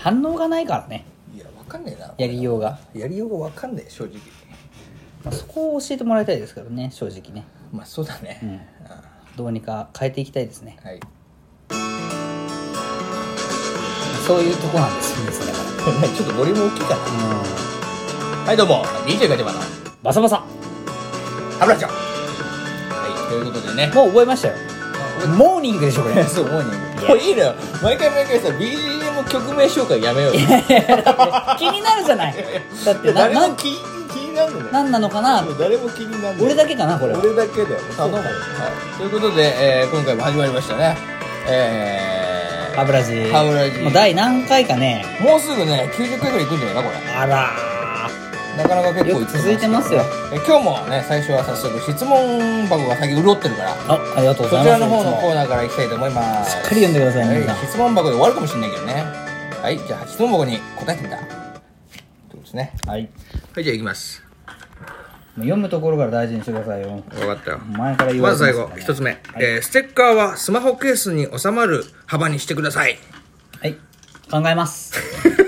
反応がないからね。 いや分かんねえな、 やりようが分かんねえ正直。 そこを教えてもらいたいですけどね、正直ね。 まあそうだね、 どうにか変えていきたいですね。 はい。 そういうとこなんですよね、それからちょっとボリューム大きいかな。はいどうも DJ ガチャバのバサバサ。 ハブラジオ。はいということでね、 もう覚えましたよ。モーニングでしょこれ。 そうモーニング。もういいのよ、毎回さ BGM 曲名紹介やめようよ。 気になるじゃない。だって誰も気になるのね。 何なのかな。 誰も気になるの。 俺だけかなこれは。 俺だけだよ。頼むよ。はい。ということで、今回も始まりましたね。 ハブラジ。もう第何回かね。 もうすぐね90回ぐらいいくんじゃないかこれ。 あらなかなか結構続いてますよ。 今日もね最初は早速質問箱が先潤ってるから、 ありがとうございます。 そちらの方のコーナーからいきたいと思います。 しっかり読んでください皆さん。 質問箱で終わるかもしれないけどね。はいじゃあ質問箱に答えてみたということですね。 はいじゃあいきます。 もう読むところから大事にしてくださいよ。 分かったよ。 前から言われてますからね。 まず最後一つ目、ステッカーはスマホケースに収まる幅にしてください。 はい考えます。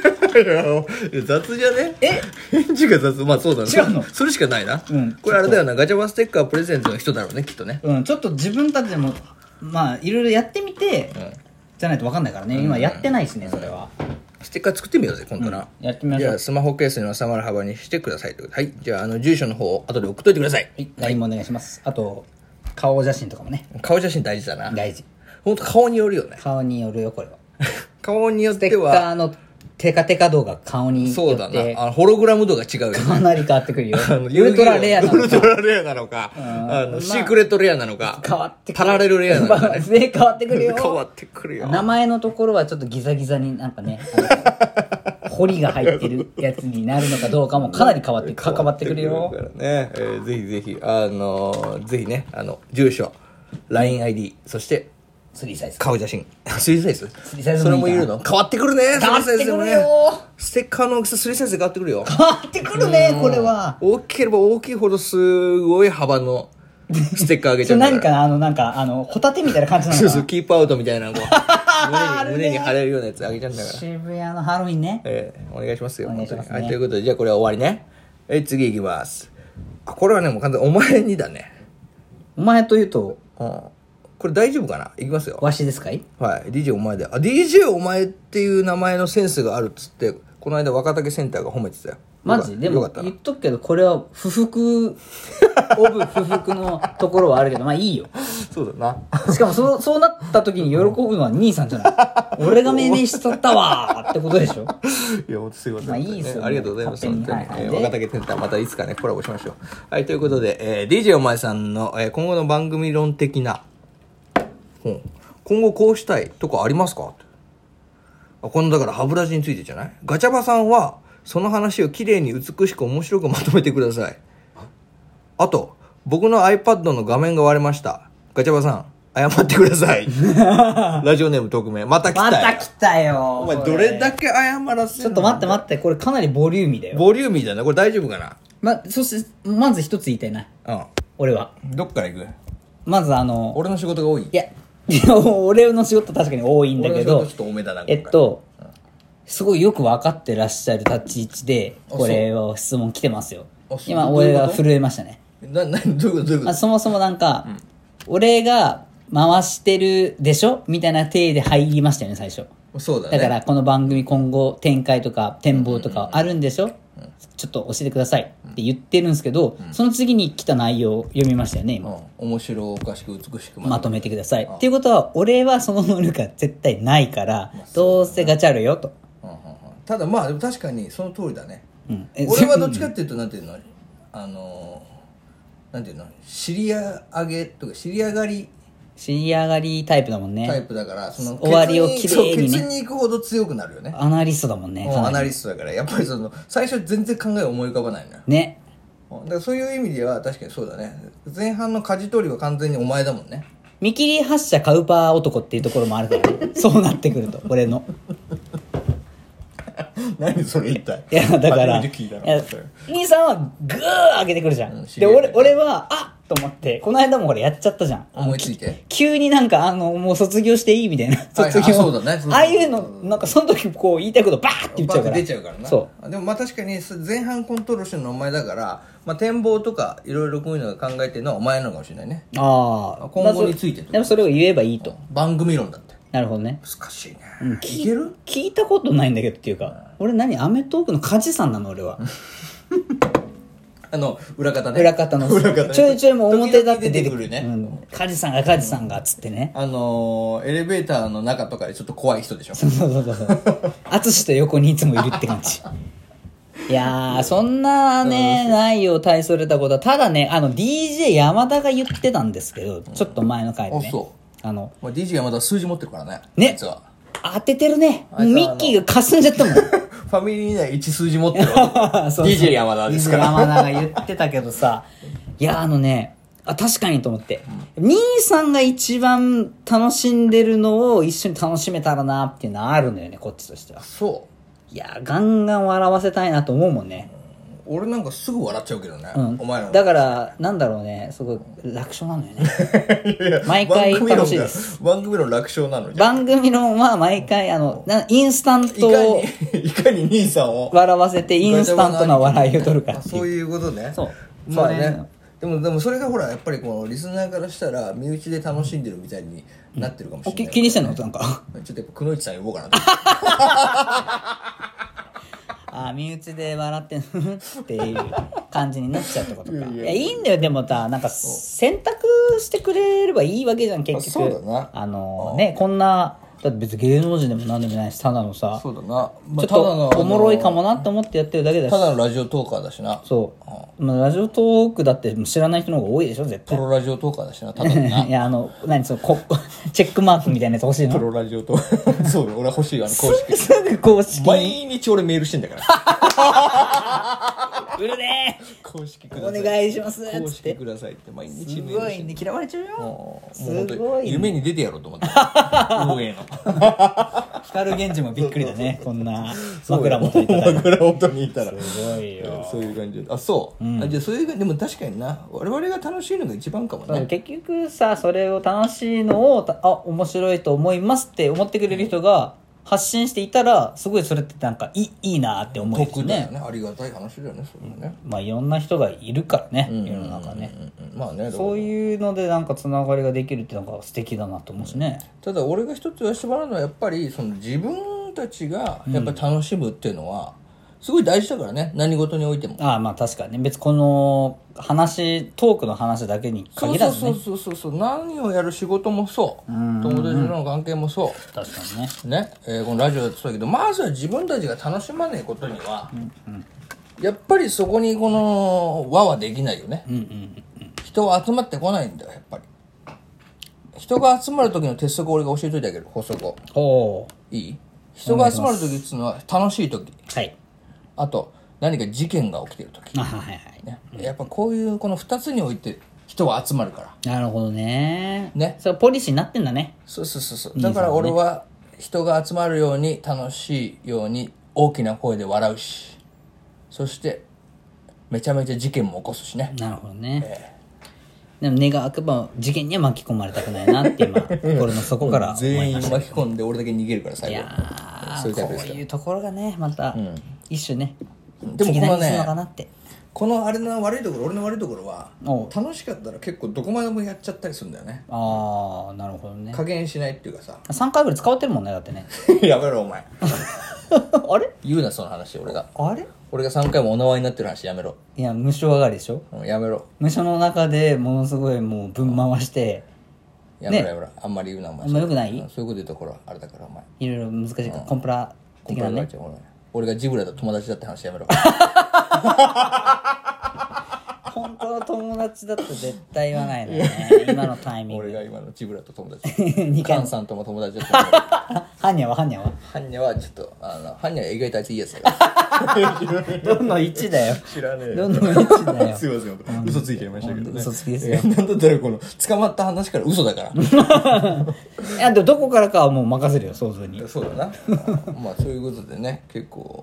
雑じゃね。返事が雑。まあそうだね。 違うのそれしかないな。 うんこれあれだよな、ガチャバステッカープレゼントの人だろうねきっとね。 ちょっと自分たちでもまあいろいろやってみて、じゃないと分かんないからね。今やってないですねそれは。 ステッカー作ってみようぜ今度な、 やってみましょう。 じゃあスマホケースに収まる幅にしてくださいということで、はいじゃあ住所の方を後で送っといてください。 はい、LINE もお願いします。あと顔写真とかもね顔写真大事だな。 大事。 ほんと顔によるよね。 顔によるよこれは。 顔によっステてはッカーのテカテカ度が顔によってそうだな、ホログラム度が違うよね。 かなり変わってくるよ。ウルトラレアなのウルトかラレアなのか、シークレットレアなのか、 変わってくる。 パラレルレアなのかね。 変わってくるよ。 変わってくるよ。 名前のところはちょっとギザギザになんかね彫りが入ってるやつになるのかどうかもかなり関わってくるよ。 からね、ぜひぜひぜひね住所 LINE-ID そして 3サイズ顔写真3サイズ 3サイズそれもいるの変わってくるね。 変わってくるよ。 ステッカーの大きさ3サイズで変わってくるよ。 変わってくるねこれは。 大きければ大きいほどすごい幅のステッカーあげちゃうから。 何かなホタテみたいな感じなのかな。 そうキープアウトみたいな胸に貼れるようなやつあげちゃうんだから。 渋谷のハロウィンね。 お願いしますよ。 お願いしますね。 はいということでじゃあこれは終わりね。次いきます。これはねもう完全にお前にだね。 お前というとこれ大丈夫かな。いきますよ。 わしですかい。 はい DJ お前で。DJ お前っていう名前のセンスがあるっつってこの間若竹センターが褒めてたよ。 マジでも言っとくけどこれは不服オブ不服のところはあるけどまあいいよ。 そうだな。しかもそうなった時に喜ぶのは兄さんじゃない。俺が命名しちゃったわーってことでしょ。 いや、ほんとすいません。 まあいいですよ、 ありがとうございます。本当に。 はい若竹センターまたいつかね、コラボしましょう。はい、ということで、DJ お前さんの、今後の番組論的な、今後こうしたいとかありますか？このだから歯ブラシについてじゃない？ガチャバさんは、その話をきれいに美しく面白くまとめてください。あと、僕の iPad の画面が割れました。ガチャバさん、謝ってください。ラジオネーム匿名。また来たよ。 また来たよ。 お前どれだけ謝らせんの？ ちょっと待って。これかなりボリューミーだよ。 ボリューミーだな。これ大丈夫かな？ そして、まず一つ言いたいな。俺は。 どっから行く？ まず俺の仕事が多い？ いや、俺の仕事確かに多いんだけど、 俺の仕事ちょっと多めだな。 すごいよく分かってらっしゃる立ち位置で、これを質問来てますよ。今、俺が震えましたね。 どういうこと？ そもそもなんか、俺が回してるでしょみたいな体で入りましたよね、最初。 そうだね。 だから、この番組今後展開とか展望とかあるんでしょ、ちょっと教えてくださいって言ってるんですけど、その次に来た内容を読みましたよね、今。 面白おかしく美しくまとめてください。っていうことは、俺はその能力が絶対ないから、どうせガチャるよと。 ただまあ確かにその通りだね。俺はどっちかっていうとなんていうのなんていうの尻上げとか尻上がりタイプだもんね。 タイプだからその終わりをきれいにね。 ケツに行くほど強くなるよね。 アナリストだもんね。 アナリストだからやっぱりその最初全然考え思い浮かばないのよね。 だからそういう意味では確かにそうだね。前半の舵取りは完全にお前だもんね。 見切り発車カウパー男っていうところもあるからね。そうなってくると俺の何それ一体。 いやだから初めて聞いたな。 兄さんはグー上げてくるじゃん、で俺はと思って、この間もほらやっちゃったじゃん。 思いついて急になんかもう卒業していいみたいな。卒業。 そうだね。 ああいうの、なんかその時こう言いたいことバーって言っちゃうから。 出ちゃうからな。 そでもまあ確かに前半コントロールしてるのお前だから、まあ展望とかいろいろこういうのが考えてるのはお前なのかもしれないね。 ああ。 今後についてでもそれを言えばいいと。 番組論だって。 なるほどね。 難しいね。 聞ける？聞いたことないんだけどっていうか、俺何アメトークの梶さんなの俺は。 裏方ね。 裏方の。ちょいちょいもう表だって出てくるね。 梶さんがつってね。 エレベーターの中とかでちょっと怖い人でしょ。 そう。淳と横にいつもいるって感じ。いやー、そんなね、ないよ、大それたことは。ただね、DJ 山田が言ってたんですけど、ちょっと前の回でね。 そう。DJ 山田は数字持ってるからね。 ね。 実は。 当ててるね。ミッキーが霞んじゃったもん。 ファミリー内1数字持ってるわ。DJ 山田ですから。 山田が言ってたけどさ、いや確かにと思って。兄さんが一番楽しんでるのを一緒に楽しめたらなっていうのはあるのよね、こっちとしては。 そう。 いや、ガンガン笑わせたいなと思うもんね。 俺なんかすぐ笑っちゃうけどね。お前らの。 だから、なんだろうね、すごい楽勝なのよね。毎回楽しいです。 番組の楽勝なのじゃ番組の、まあ毎回、インスタントをいかに兄さんを笑わせて、インスタントな笑いを取るかっていう。 そういうことね。 そう。 まあね。でもそれがほら、やっぱりこのリスナーからしたら、身内で楽しんでるみたいになってるかもしれない、 気にしてんのなんか。 ちょっとやっぱ、くのいちさん呼ぼうかなと。 身内で笑ってっていう感じになっちゃうってことか。いや、いいんだよ、でもさ、なんか、選択してくれればいいわけじゃん、結局。 そうだな。 ね、こんな、だって別に芸能人でも何でもないし、ただのさ、 そうだな。 ちょっとおもろいかもなって思ってやってるだけだし。 ただのラジオトーカーだしな。 そう。ラジオトークだって知らない人の方が多いでしょ、絶対。 プロラジオトーカーだしな、ただのな。 いや、チェックマークみたいなやつ欲しいの？ プロラジオトーカー。そう、俺は欲しいよ、公式。 すぐ公式。 毎日俺メールしてんだから。 うるねー公式ください。 お願いします公式くださいって毎日メールして。 すごいね、嫌われちゃうよ。 もうすごい。 夢に出てやろうと思って。運営の。 光源氏もびっくりだね、こんな枕元にいたら。 枕元にいたら。 すごいよ。 そういう感じで。あ、そう。じゃあそういう感じ、でも確かにな、我々が楽しいのが一番かもね。 結局さ、それを楽しいのを、面白いと思いますって思ってくれる人が発信していたら、すごいそれってなんかいいなって思う得だよね。ありがたい話だよね、それはね。 まあいろんな人がいるからね、世の中ね。 まあね。 そういうのでなんかつながりができるっていうのが素敵だなと思うしね。 ただ俺が一つ言わせてもらうのはやっぱりその自分たちがやっぱり楽しむっていうのはすごい大事だからね、何事においても。 まあ確かにね、別にこのトークの話だけに限らずね。 そう何をやる仕事もそう友達との関係もそう確かにねこのラジオだってそうだけど、まずは自分たちが楽しまないことには、やっぱりそこにこの輪はできないよね。人は集まってこないんだよ、やっぱり。人が集まる時の鉄則を俺が教えといてあげる、法則を。いい？人が集まる時っていうのは楽しい時。 はい。 あと何か事件が起きてる時。ね、やっぱこういうこの2つにおいて人は集まるから。 なるほどね。 ね。 それポリシーになってんだね。 そう。だから俺は人が集まるように楽しいように大きな声で笑うし、そしてめちゃめちゃ事件も起こすしね。 なるほどね。でも願わくば事件には巻き込まれたくないなって今心の底から思いました。 全員巻き込んで俺だけ逃げるから最後。 いやそういうところがねまた一種ね、 でもこのねこの俺の悪いところは楽しかったら結構どこまでもやっちゃったりするんだよね。 ああなるほどね。 加減しないっていうかさ、 3回ぐらい使われてるもんねだってね。 やめろお前。 あれ言うなその話。俺が3回もお縄になってる話やめろ。 いや無償上がりでしょ。 やめろ。 無償の中でものすごいもう分回してやめろ、あんまり言うなお前。 あんまよくない？ そういうこと言うところあれだからお前いろいろ難しいからコンプラ的なね。 俺がジブラと友達だって話やめろ。 本当の友達だと絶対言わないのね。今のタイミング。 俺が今のジブラと友達。カンさんとも友達だった。 ハンニャはハンニャはちょっとハンニャは意外とあいついいやつだよ。 どんどん1だよ。 知らねえよ。 どんどん1だよ。 すいません。嘘ついちゃいましたけどね。 嘘つきですよ。 なんだったらこの捕まった話から嘘だから。 いやでもどこからかはもう任せるよ想像に。 そうだな。まあそういうことでね結構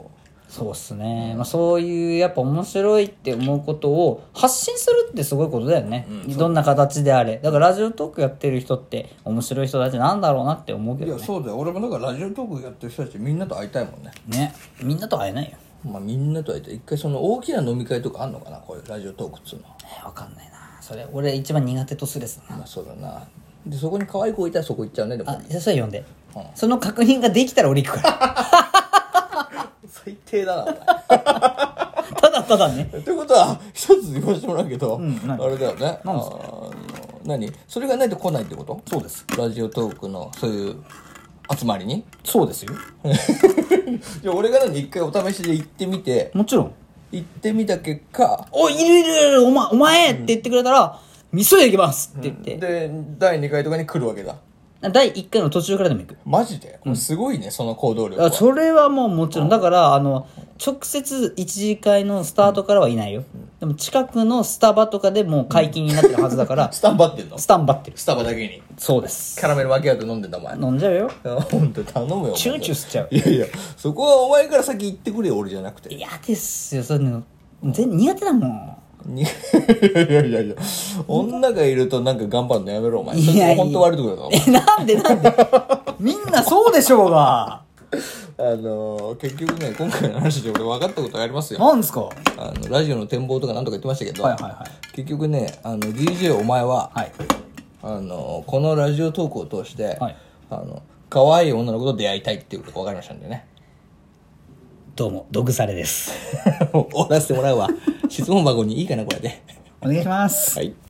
そうっすね、まあ、そういうやっぱ面白いって思うことを発信するってすごいことだよね、どんな形であれ。だからラジオトークやってる人って面白い人たちなんだろうなって思うけいどね。 やそうだよ、俺もだからラジオトークやってる人たちみんなと会いたいもんね。 ね、みんなと会えないよ。 まあみんなと会いたい。一回その大きな飲み会とかあんのかな、こういうラジオトークっつうのは。 わかんないな、それ俺一番苦手とするやつだな。 まあそうだな。でそこに可愛い子いたらそこ行っちゃうね。でもあ、それ呼んで、その確認ができたら俺行くから最低だなお前ただただね。 ということは一つ言わせてもらうけど、 何あれだよね。 何ですか？ 何それがないと来ないってこと？ そうです。 ラジオトークのそういう集まりに。 そうですよ。 じゃあ俺が一回お試しで行ってみて、 もちろん。 行ってみた結果、 おいるいるいる、お前って言ってくれたら、味噌屋行きますって言って、 で第2回とかに来るわけだ。 第1回の途中からでも行く。 マジで、すごいね、その行動力は。 それはもうもちろん。だから、直接一次会のスタートからはいないよ。でも近くのスタバとかでもう解禁になってるはずだから、 スタンバってんの？ スタンバってる。 スタバだけにそうです。 キャラメル分け合って飲んでんだお前。 飲んじゃうよ。 本当に頼むよ。 チューチューしちゃう。 いやいや、そこはお前から先言ってくれよ、俺じゃなくて。 嫌ですよ、そういうの。全然苦手だもん。 いやいやいや、女がいるとなんか頑張るのやめろお前。 いやいやそれ本当悪いところだぞお前。 なんでみんなそうでしょうが。 結局ね、今回の話で俺分かったことがありますよ。 なんですか？ ラジオの展望とかなんとか言ってましたけど、 はいはいはい。 結局ね、DJ お前は、 はい。 このラジオトークを通して、 はい。 可愛い女の子と出会いたいっていうことが分かりましたんでね。 どうも、ドグサレです。 終わらせてもらうわ。質問箱にいいかな、これで。 お願いします。 はい。